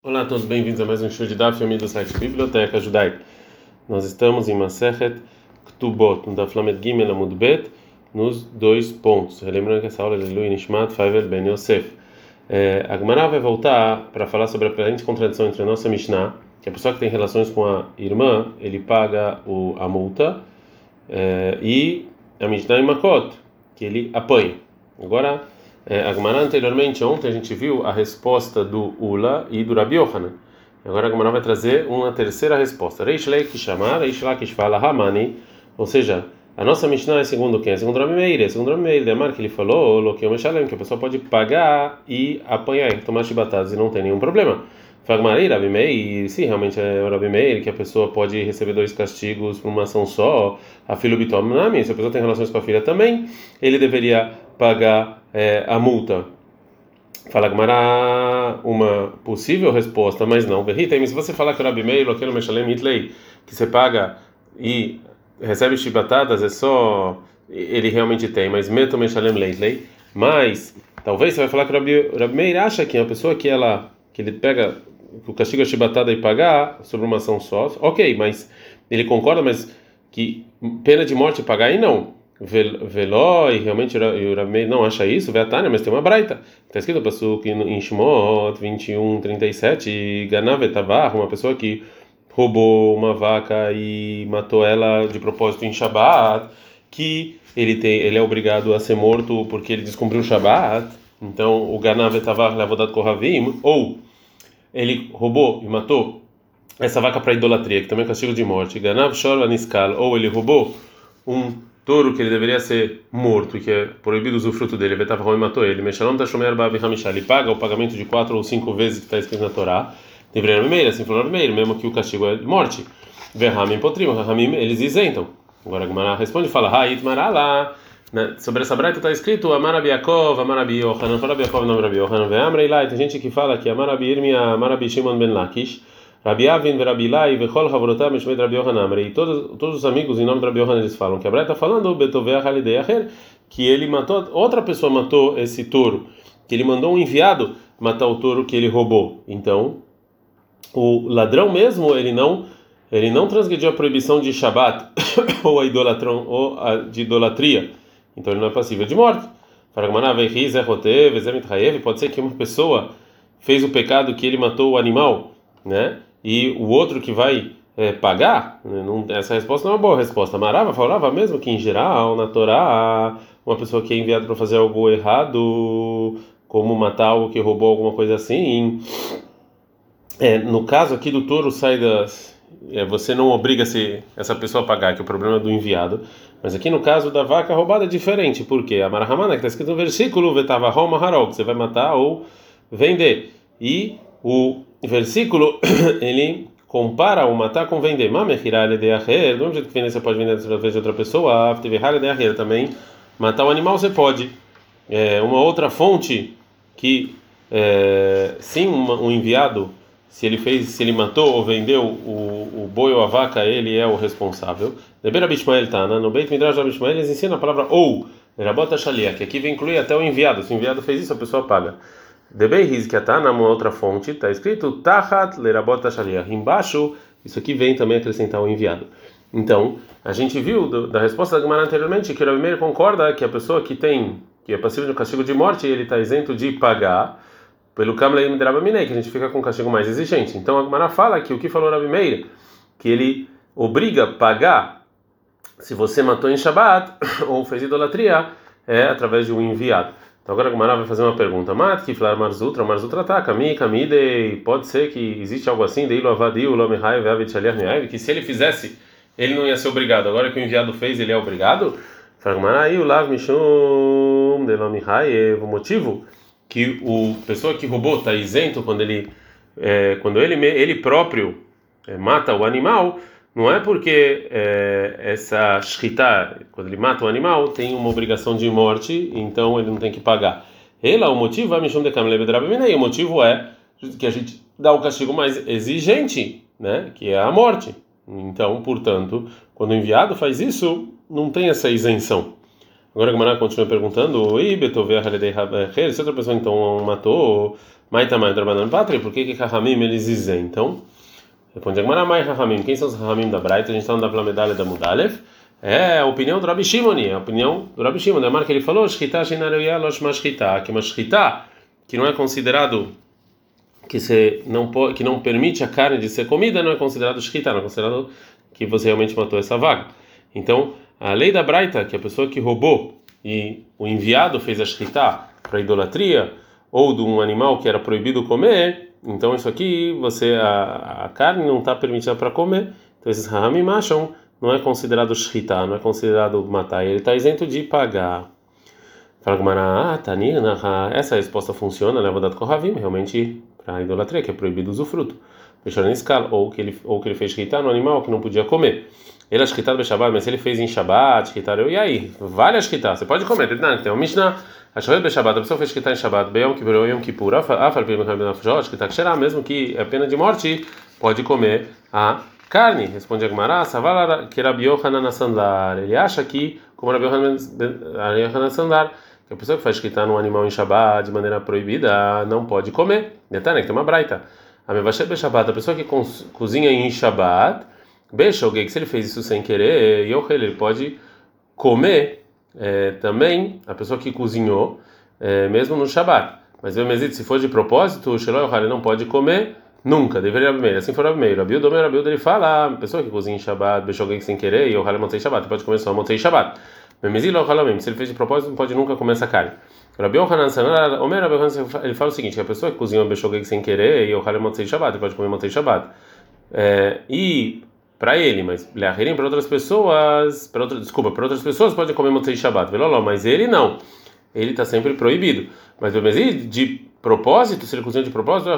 Olá a todos, bem-vindos a mais um show de Daf Yomi do site Biblioteca Judaica. Nós estamos em Masechet Ktubot, no Daf Lamed Gimel Amud Bet, nos 2 pontos. Lembrando que essa aula é de Lui Nishmat Faivel Ben Yosef. A Gemara vai voltar para falar sobre a aparente contradição entre a nossa Mishnah, que a pessoa que tem relações com a irmã, ele paga a multa, e a Mishnah em Makot, que ele apanha. Agora, a Gemara anteriormente, ontem a gente viu a resposta do Ula e do Rabi Yohanan. Agora a Gemara vai trazer uma terceira resposta. Reish Lakish Amar, Reish Lakish fala Hamani, ou seja, a nossa Mishnah é segundo quem? É segundo Rabi Meir. É segundo Rabi Meir, de Amar, que ele falou, Loqueu Meshalem, que a pessoa pode pagar e apanhar, tomar chibatadas e não tem nenhum problema. Fagmarei, Rabi Meir, sim, realmente é o Rabi Meir, que a pessoa pode receber 2 castigos por uma ação só. A filho Bitom Nami, se a pessoa tem relações com a filha também, ele deveria pagar a multa. Fala Gemara uma possível resposta, mas não. Se você falar que o Rabi Meir, Loqueu Meshalem Hitlei, que você paga e recebe chibatadas, é só ele realmente tem, mas Meto Meshalem Leitlei. Mas talvez você vai falar que o Rabi Meir acha que a pessoa que ele pega o castigo a chibatada e pagar sobre uma ação só, ok, mas ele concorda, mas que pena de morte pagar e não. Veló, e realmente o Rabi Meir não acha isso, Veatânia, mas tem uma braita. Está escrito em Shemot 21:37, Ganav etavar, uma pessoa que roubou uma vaca e matou ela de propósito em Shabat, que ele é obrigado a ser morto porque ele descumpriu o Shabat. Então o Ganav etavar levodat kohavim, ou ele roubou e matou essa vaca para idolatria, que também é castigo de morte. Ganav shor aniskal, ou ele roubou um touro que ele deveria ser morto e que é proibido o usufruto dele, e matou ele. Meshalom tashomer ba'avi hamisha, ele paga o pagamento de 4 ou 5 vezes que está escrito na Torá. Deveria Rabi Meir, assim falou Rabi Meir, mesmo que o castigo é de morte. Verhamim potrim, Verhamim eles isentam. Agora a Gemara responde e fala: Ha'it marala. Sobre essa braita está escrito Amar Rabi Yaakov, Amar Rabi Yohanan, Rabi Yaakov não Rabi Yohanan, Ve'amrei Lai. Tem gente que fala que Amar Rabi Irmia, Amar Rabi Shimon ben Lakish, Rabi Avin, Rabi Lai, Vechol Havrotam, Mishmed Rabi Yohanan. Amrei. Todos os amigos em nome de Rabi Yohanan eles falam que a braita está falando Betovea Halidei Acher, que ele matou, outra pessoa matou esse touro, que ele mandou um enviado matar o touro que ele roubou. Então o ladrão mesmo, ele não transgrediu a proibição de Shabat ou de idolatria, então ele não é passível de morte. Pode ser que uma pessoa fez o pecado que ele matou o animal, né? E o outro que vai pagar, né? Essa resposta não é uma boa resposta. Marava falava mesmo que em geral na Torá uma pessoa que é enviada para fazer algo errado, como matar algo que roubou, alguma coisa assim. No caso aqui do touro sai você não obriga essa pessoa a pagar, que é o problema é do enviado. Mas aqui no caso da vaca roubada é diferente, porque a Marahamana, que está escrito no versículo, Vetava Roma Harol, que você vai matar ou vender. E o versículo, ele compara o matar com vender. Mamechirale de Aher, do mesmo jeito que vender você pode vender através de outra pessoa, Aftevihale de Aher também. Matar o animal você pode. Uma outra fonte que, sim, um enviado, se ele matou ou vendeu o boi ou a vaca, ele é o responsável. Deber Abishmael Tana, no Beit Midrash Abishmael, eles ensinam a palavra ou, Lerabot Shaliach, que aqui vem incluir até o enviado. Se o enviado fez isso, a pessoa paga. Deber Hizkiatana, uma outra fonte, está escrito Tachat Lerabot Shaliach. Embaixo, isso aqui vem também acrescentar o enviado. Então, a gente viu da resposta da Gemara anteriormente que o Rabi Meir concorda que a pessoa que é passível de castigo de morte, ele está isento de pagar pelo Kamlei Midraba Minei, que a gente fica com um castigo mais exigente. Então a Gemara fala que o que falou Rabi Meir, que ele obriga a pagar se você matou em Shabat ou fez idolatria, através de um enviado. Então agora a Gemara vai fazer uma pergunta. Mat que falar Marzutra tá, Kamidei, pode ser que existe algo assim, Deilo Avadiu, Lomihai, Ve'avit Shaliach Miai, que se ele fizesse, ele não ia ser obrigado. Agora que o enviado fez, ele é obrigado? Fala Gemara, aí o Lav Mishum de Lomihai, o motivo que o pessoa que roubou está isento quando ele próprio mata o animal, não é porque essa shritá, quando ele mata o animal, tem uma obrigação de morte, então ele não tem que pagar. O motivo é o motivo é que a gente dá o castigo mais exigente, né, que é a morte. Então, portanto, quando o enviado faz isso, não tem essa isenção. Agora a Gemara continua perguntando: se outra pessoa então matou, Maitamai Drabanan Patri, por que Rahamim eles dizem? Então, responde a Gemara: Mai Rahamim, quem são os Rahamim da Braita? A gente está na Plamedalha da Mudalev. É a opinião do Rabi Shimoni, é a opinião do Rabi Shimon. Que ele falou: Shchita Sheinaruya Losh Mashchita, que uma Shchita que não é considerado que não permite a carne de ser comida, não é considerado shchita, não é considerado que você realmente matou essa vaga. Então, a lei da Braita, que a pessoa que roubou e o enviado fez a shchita para idolatria, ou de um animal que era proibido comer, então isso aqui, a carne não está permitida para comer, então esses rahamim acham, não é considerado shchita, não é considerado matar, ele está isento de pagar. Fala Gemara, essa resposta funciona, né? Vodat Kohavim, realmente para a idolatria, que é proibido o usufruto. Fechou na escala, ou que ele fez shchita no animal que não podia comer. Ele é shchita do Shabbat, mas se ele fez em Shabbat, shchita, e aí? Vale a shchita, você pode comer, tem uma Mishnah, a Shabbat do Shabbat, a pessoa fez shchita em Shabbat, Beyom Kippur ou Yom Kippur, shchita ksherá, mesmo que é pena de morte, pode comer a carne. Responde a Gemara, Savala que Rabi Yohanan Sandlar, ele acha que, como Rabi Yohanan Sandlar, que a pessoa que faz shchita num animal em Shabbat de maneira proibida não pode comer. Detalhe, que tem uma braita. A mevashet be-Shabbat, a pessoa que cozinha em Shabbat, be-shogeg, se ele fez isso sem querer, ele pode comer também, a pessoa que cozinhou, mesmo no Shabbat. Mas se for de propósito, ele não pode comer nunca. Deveria abrir. Assim for abrir. Rabiudo ele fala, a pessoa que cozinha em Shabbat, be-shogeg sem querer, ele pode comer só motzei Shabbat. Se ele fez de propósito, não pode nunca comer essa carne. Rabi Yohanan ele fala o seguinte: que a pessoa que cozinha um beshogeg sem querer e o halem motzei Shabbat, ele pode comer motzei Shabbat. E para ele, mas leachirim para outras pessoas, para outras pessoas pode comer motzei Shabbat. Mas ele não. Ele está sempre proibido. Mas de propósito, se ele cozinha de propósito,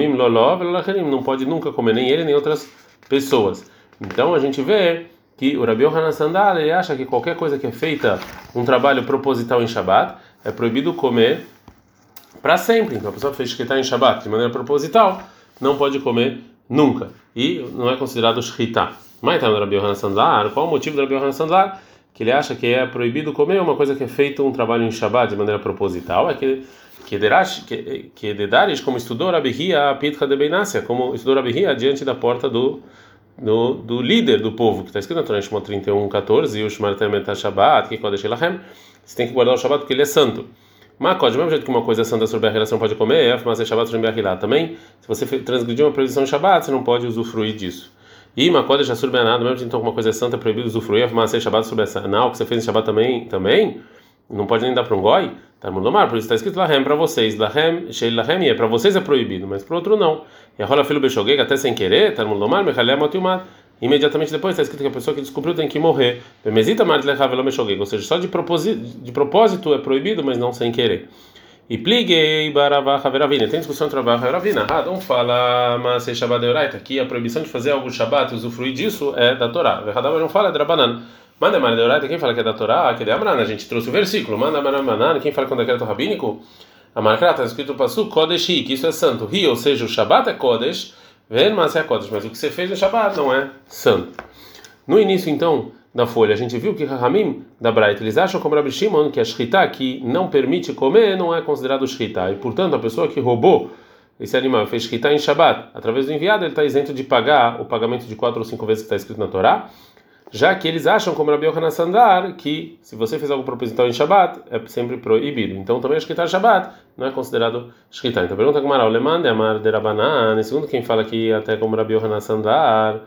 não pode nunca comer nem ele nem outras pessoas. Então a gente vê que o Rabi Yohanan Sandal ele acha que qualquer coisa que é feita um trabalho proposital em Shabbat é proibido comer para sempre. Então a pessoa que fez shchita em Shabbat de maneira proposital não pode comer nunca e não é considerado shchita. Mas então o Rabi Yohanan Sandal, qual o motivo do Rabi Yohanan Sandal? Que ele acha que é proibido comer uma coisa que é feita um trabalho em Shabbat de maneira proposital, é que Dedarish, como estudou Rabi Hia Pitcha de Beinassia, como estudou Rabi Hia diante da porta do líder do povo, que está escrito na Torá Shemot 31:14, e o Shemar Temet Shabbat, que Kodesh Elachem, você tem que guardar o Shabbat porque ele é santo. Mas do mesmo jeito que uma coisa santa sobre a relação pode comer, mas é Shabbat sobre a também, se você transgredir uma proibição de Shabbat, você não pode usufruir disso. E uma coisa já sobre nada, mesmo jeito então que uma coisa é santa é proibido usufruir, mas é Shabbat sobre essa não, que você fez em Shabbat também, não pode nem dar para um goi, tá no mar, por isso está escrito Lahem para vocês, Lahem, Sheil Lahem, para vocês é proibido, mas para outro não. E a rola filho beshogeg até sem querer, tá no mar, Mechalem Otiumar. Imediatamente depois está escrito que a pessoa que descobriu tem que morrer. Ou seja, só de propósito é proibido, mas não sem querer. E pliguei baravacha veravina. Tem discussão entre baravacha e veravina. Não fala, mas se Shabbat de Oraita, que a proibição de fazer algo Shabbat e usufruir disso é da Torá. Verradava não fala, é drabanan. Manda Mara de Oraita, quem fala que é da Torá, que é de Amran. A gente trouxe o versículo. Manda Mara, quem fala que é um decreto rabínico? A marca está escrito no Passu Kodesh, que isso é santo. Ri, ou seja, o Shabbat é Kodesh. Mas o que você fez no Shabbat não é santo. No início, então, da folha, a gente viu que Rahamim da Braita, eles acham como Rabi Shimon que a shchita que não permite comer não é considerado shchita. E, portanto, a pessoa que roubou esse animal fez shchita em Shabbat, através do enviado, ele está isento de pagar o pagamento de 4 ou 5 vezes que está escrito na Torá, já que eles acham, como Rabi Yohanan Sandar, que se você fez algo proposital em Shabbat, é sempre proibido. Então também a shchita em Shabbat não é considerado shchita. Então pergunta como o Leman de Amar de Rabanan, segundo quem fala que até como Rabi Yohanan Sandar,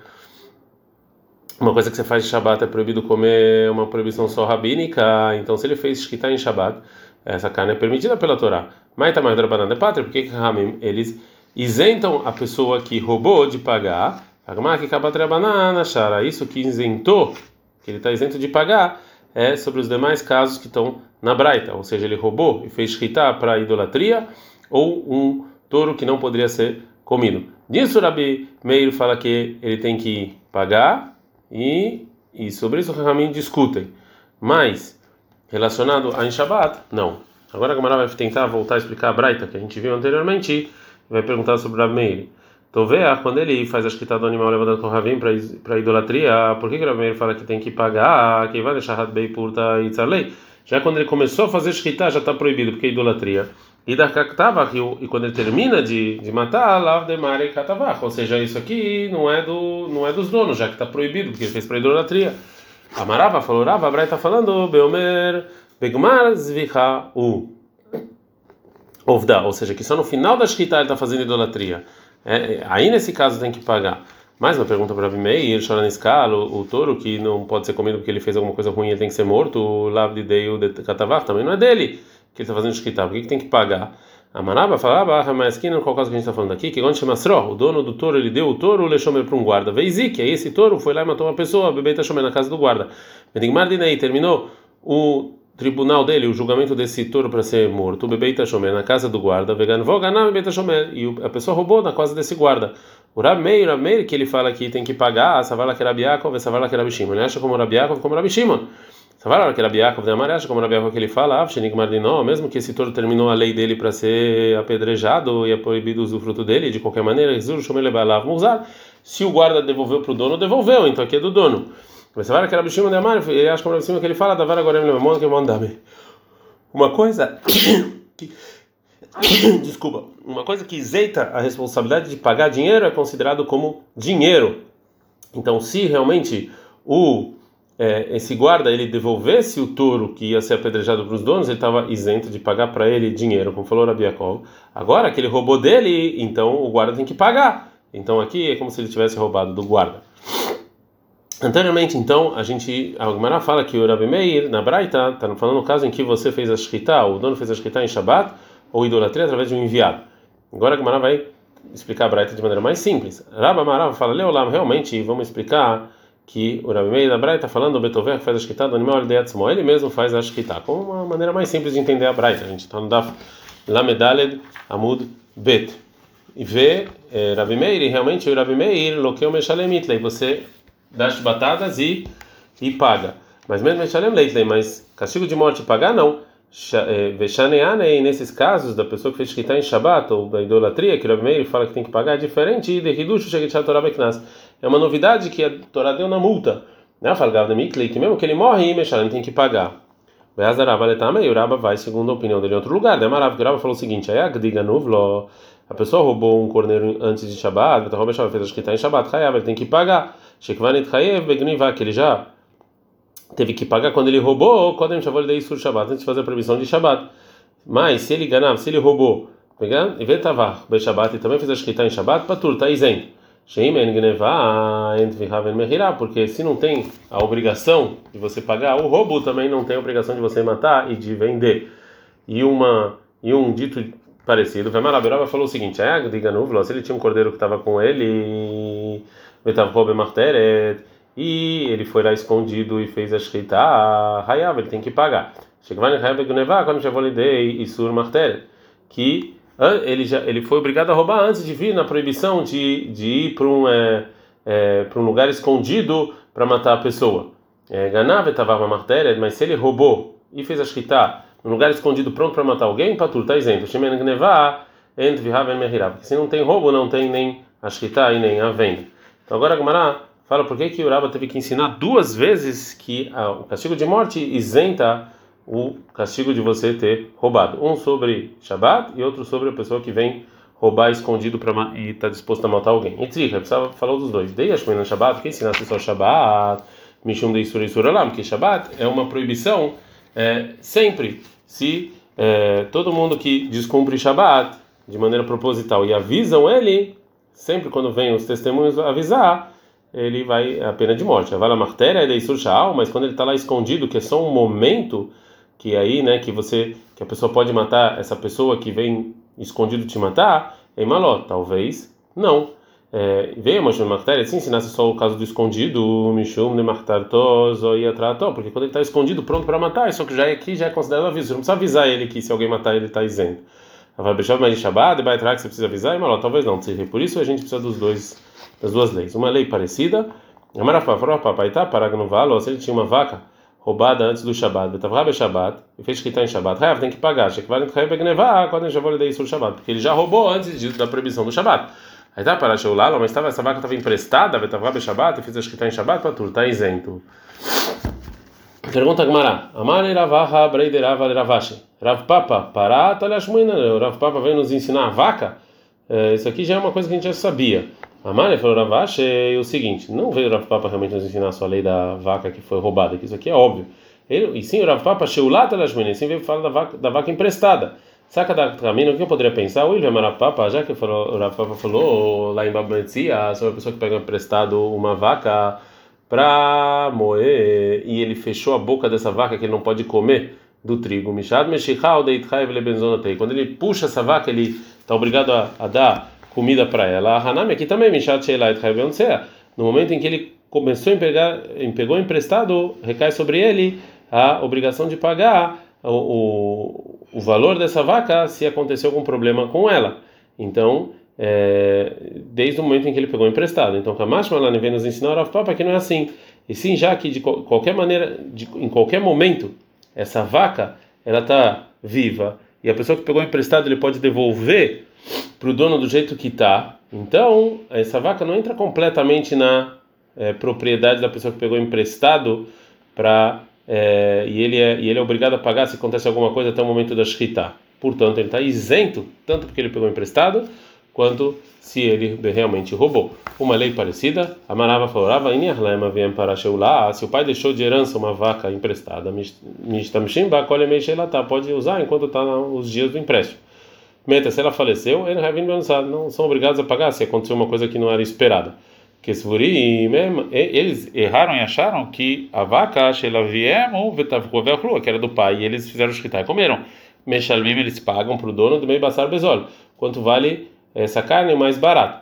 uma coisa que você faz em Shabbat é proibido comer, uma proibição só rabínica. Então se ele fez shchita em Shabbat, essa carne é permitida pela Torá. Mas tá mais de Rabanan de Pátria, porque que Rahamim, eles isentam a pessoa que roubou de pagar. Isso que isentou, que ele está isento de pagar, é sobre os demais casos que estão na Braita, ou seja, ele roubou e fez shchita para idolatria, ou um touro que não poderia ser comido. Disso Rabi Meir fala que ele tem que pagar, e sobre isso os Rahamim discutem. Mas, relacionado a Shabbat, não. Agora a Gemara vai tentar voltar a explicar a Braita, que a gente viu anteriormente, e vai perguntar sobre Rabi Meir. Quando ele faz a shchita do animal levado com Ravim para idolatria, por que o Rabi Meir fala que tem que pagar? Que vai deixar Beipurta e Tzarlei? Já quando ele começou a fazer shkita, já está proibido, porque é idolatria. E da Kaktavach, e quando ele termina de matar, Lav de Mare Katavach, ou seja, isso aqui não é dos donos, já que está proibido, porque ele fez para idolatria. Amarava falou, Rava, a Braita está falando, Beomer, Begmar Zvicha U. Ovda, ou seja, que só no final da shkita ele está fazendo idolatria. Aí nesse caso tem que pagar. Mais uma pergunta para Rabi Meir, Shoraniskal, o touro que não pode ser comido porque ele fez alguma coisa ruim, ele tem que ser morto, o Lav de Deu de Katavach também não é dele, que ele está fazendo shkita, por que tem que pagar? Amaraba falava, mas aqui não qual caso que a gente está falando aqui, que quando chama Sro, o dono do touro, ele deu o touro, o Lechomer para um guarda, Veizik, aí esse touro foi lá e matou uma pessoa, bebê está chamando na casa do guarda. Medigmar Dinei terminou o tribunal dele, o julgamento desse touro para ser morto, o bebê Itashomer na casa do guarda, vegan voganá, bebê Itashomer, e a pessoa roubou na casa desse guarda. O Rabi Meir, que ele fala que tem que pagar, Savala que Rabi Yaakov, Savala que Rabi Shimon. Ele acha como Rabi Yaakov, como Rabi Shimon. Savala que Rabi Yaakov, ele acha como Rabi Yaakov que ele fala, mesmo que esse touro terminou a lei dele para ser apedrejado e é proibido o usufruto dele, de qualquer maneira, se o guarda devolveu para o dono, devolveu, então aqui é do dono. Mas Savala que Rabi Shimon, ele acha como Rabi Shimon que ele fala, Davar agora que mandame. Uma coisa que desculpa, uma coisa que isenta a responsabilidade de pagar dinheiro é considerado como dinheiro. Então, se realmente esse guarda ele devolvesse o touro que ia ser apedrejado para os donos, ele estava isento de pagar para ele dinheiro, como falou Rabi Yaakov. Agora que ele roubou dele, então o guarda tem que pagar. Então aqui é como se ele tivesse roubado do guarda. Anteriormente, então, a Gemara fala que o Rabi Meir, na Braita, está falando no caso em que você fez a shkita, o dono fez a shkita em Shabbat, ou idolatria através de um enviado. Agora a Gemara vai explicar a Braita de maneira mais simples. Rabba Marav fala, Leolam, realmente, vamos explicar que o Rabi Meir da Braita está falando, o Betoveh que faz a shkita do animal, ele mesmo faz a shkita, com uma maneira mais simples de entender a Braita. A gente está no Daf Lamedaled Amud Bet. E vê Rabi Meir, e realmente o Rabi Meir, Lokeu Meshalem Itlei, você dá as batatas e paga. Mas mesmo Meshalem Leitlei, mas castigo de morte pagar não. E nesses casos da pessoa que fez shkita em Shabbat ou da idolatria, que o Rabi Meir fala que tem que pagar, é diferente de Hidush Shegitat Torah Beknas. É uma novidade que a Torá deu na multa. Né? Fala que mesmo que ele morre, Meshalem tem que pagar. E o Rabba vai segundo a opinião dele em outro lugar. O Rabba falou o seguinte: a pessoa roubou um cordeiro antes de Shabbat, fez a shkita em Shabbat, ele tem que pagar. Que ele já teve que pagar quando ele roubou, quando ele chamou ele de Shabbat, antes de fazer a proibição de Shabbat. Mas se ele ganhava, se ele roubou, e Vetavar, Shabbat, e também fez a shkita em Shabbat, Patur, está isento. Porque se não tem a obrigação de você pagar, o roubo também não tem a obrigação de você matar e de vender. E um dito parecido, Vemarabirava falou o seguinte: se ele tinha um cordeiro que estava com ele, e ele foi lá escondido e fez a shkita, Hayav, ele tem que pagar. Que ele foi obrigado a roubar antes de vir na proibição de ir para um lugar escondido para matar a pessoa. Mas se ele roubou e fez a shkita num lugar escondido pronto para matar alguém, Patur está isento. Porque se não tem roubo, não tem nem a shkita e nem a venda. Então agora a Gemara fala por que o Rabba teve que ensinar duas vezes que o castigo de morte isenta o castigo de você ter roubado. Um sobre Shabbat e outro sobre a pessoa que vem roubar escondido e está disposto a matar alguém. E Tzricha, precisava falar dos dois. Dei as no Shabbat, porque ensinasse só Shabbat, Mishum de Isur Olam, porque Shabbat é uma proibição sempre. Se todo mundo que descumpre Shabbat de maneira proposital e avisam ele, sempre quando vem os testemunhos avisar, ele vai a pena de morte. A vala martéria é de Isur Sha'al, mas quando ele está lá escondido, que é só um momento, que aí, né, que a pessoa pode matar essa pessoa que vem escondido te matar, em maló, talvez não. Veio uma matéria, se ensinasse só o caso do escondido, mishum de martartos ou iatrato, porque quando ele está escondido pronto para matar, isso que já é considerado aviso. Não precisa avisar ele que se alguém matar ele está isento. Vai deixar mais de Shabbat, vai entrar que você precisa avisar, e maló, talvez não. Por isso a gente precisa das duas leis. Uma lei parecida, a papai tá para gnovalo, se ele tinha uma vaca roubada antes do Shabbat, betavra Shabbat, e fez shkita em Shabbat, tem que pagar, quando ele já vou lhe dar isso no Shabbat, porque ele já roubou antes da proibição do Shabbat. Aí tá para Sheulala, mas essa vaca estava emprestada, betavra Shabbat, e fez a shkita em Shabbat, para tudo, está isento. Pergunta Gemara. Amar Ravaha Breiderava Ravashi. Rav Papa, Parata Lashmuina. O Rav Papa veio nos ensinar a vaca. Isso aqui já é uma coisa que a gente já sabia. Amar falou Ravashi é o seguinte: não veio o Rav Papa realmente nos ensinar só a lei da vaca que foi roubada, que isso aqui é óbvio. E sim, o Rav Papa Sheulata Lashmuina. Sim, veio falar da vaca emprestada. Saca da caminho, o que eu poderia pensar? O William Rav Papa, já que o Rav Papa falou lá em Babmetzia sobre a pessoa que pega emprestado uma vaca para moer e ele fechou a boca dessa vaca que ele não pode comer do trigo. Quando ele puxa essa vaca, ele está obrigado a dar comida para ela. A Hanami aqui também, no momento em que ele começou a pegou emprestado, recai sobre ele a obrigação de pagar o valor dessa vaca se acontecer algum problema com ela. Então, desde o momento em que ele pegou emprestado. Então, Kamash Malani vem nos ensinar Rav Papa que não é assim. E sim, já que de qualquer maneira, em qualquer momento, essa vaca ela está viva e a pessoa que pegou emprestado ele pode devolver para o dono do jeito que está. Então, essa vaca não entra completamente na propriedade da pessoa que pegou emprestado e ele é obrigado a pagar se acontece alguma coisa até o momento da shkita. Portanto, ele está isento tanto porque ele pegou emprestado quanto se ele realmente roubou. Uma lei parecida, a Marava falava, se o pai deixou de herança uma vaca emprestada, pode usar enquanto está os dias do empréstimo. Meta, se ela faleceu, não são obrigados a pagar se aconteceu uma coisa que não era esperada. Que eles erraram e acharam que a vaca, que era do pai, e eles fizeram shkita e comeram. Meshalmim, eles pagam para o dono do meio basar bezol. Quanto vale essa carne mais barata?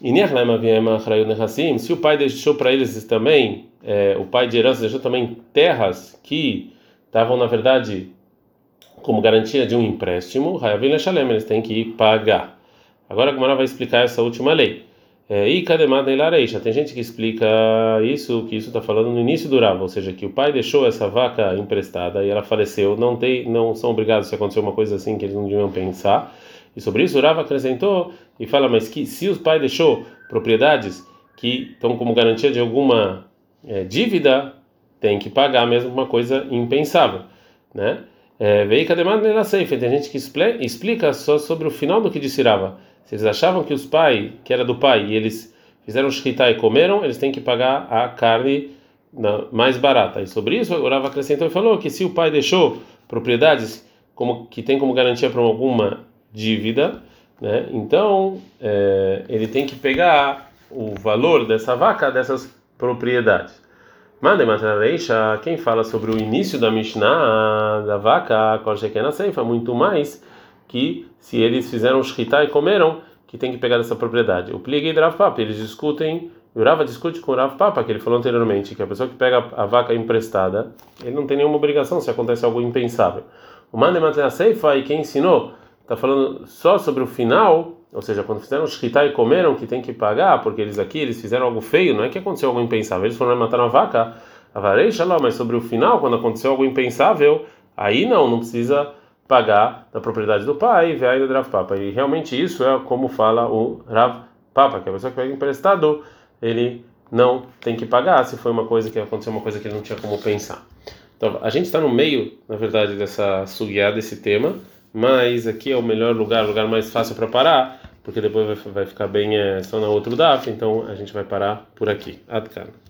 E se o pai deixou para eles também, o pai de herança deixou também terras que estavam na verdade como garantia de um empréstimo, eles têm que pagar. Agora a Gemara vai explicar essa última lei. E cademada em lareixa. Tem gente que explica que isso está falando no início do Rav, ou seja, que o pai deixou essa vaca emprestada e ela faleceu, não são obrigados se acontecer uma coisa assim que eles não deviam pensar. E sobre isso o Rav acrescentou e fala, mas que se o pai deixou propriedades que estão como garantia de alguma dívida, tem que pagar mesmo uma coisa impensável, né? Veio cademada em lareixa. Tem gente que explica só sobre o final do que disse Rava. Se eles achavam que que era do pai, e eles fizeram shkita e comeram, eles têm que pagar a carne mais barata. E sobre isso, o Rav acrescentou e falou que se o pai deixou propriedades que tem como garantia para alguma dívida, né, então ele tem que pegar o valor dessa vaca, dessas propriedades. Quem fala sobre o início da Mishnah, da vaca, muito mais que se eles fizeram shkita e comeram, que tem que pegar essa propriedade. O Pligei e Rav Papa, eles discutem, o Rava discute com o Rav Papa, que ele falou anteriormente, que a pessoa que pega a vaca emprestada, ele não tem nenhuma obrigação se acontece algo impensável. O Mandematea Seifa, e quem ensinou, está falando só sobre o final, ou seja, quando fizeram shkita e comeram, que tem que pagar, porque eles fizeram algo feio, não é que aconteceu algo impensável, eles foram matar uma vaca, mas sobre o final, quando aconteceu algo impensável, aí não precisa pagar da propriedade do pai e veio do Rav Papa. E realmente isso é como fala o Rav Papa, que a pessoa que pega emprestado, ele não tem que pagar se foi uma coisa que aconteceu, uma coisa que ele não tinha como pensar. Então, a gente está no meio, na verdade, dessa sugiá, desse tema, mas aqui é o melhor lugar, o lugar mais fácil para parar, porque depois vai ficar bem só na outro daf, então a gente vai parar por aqui. Adkan.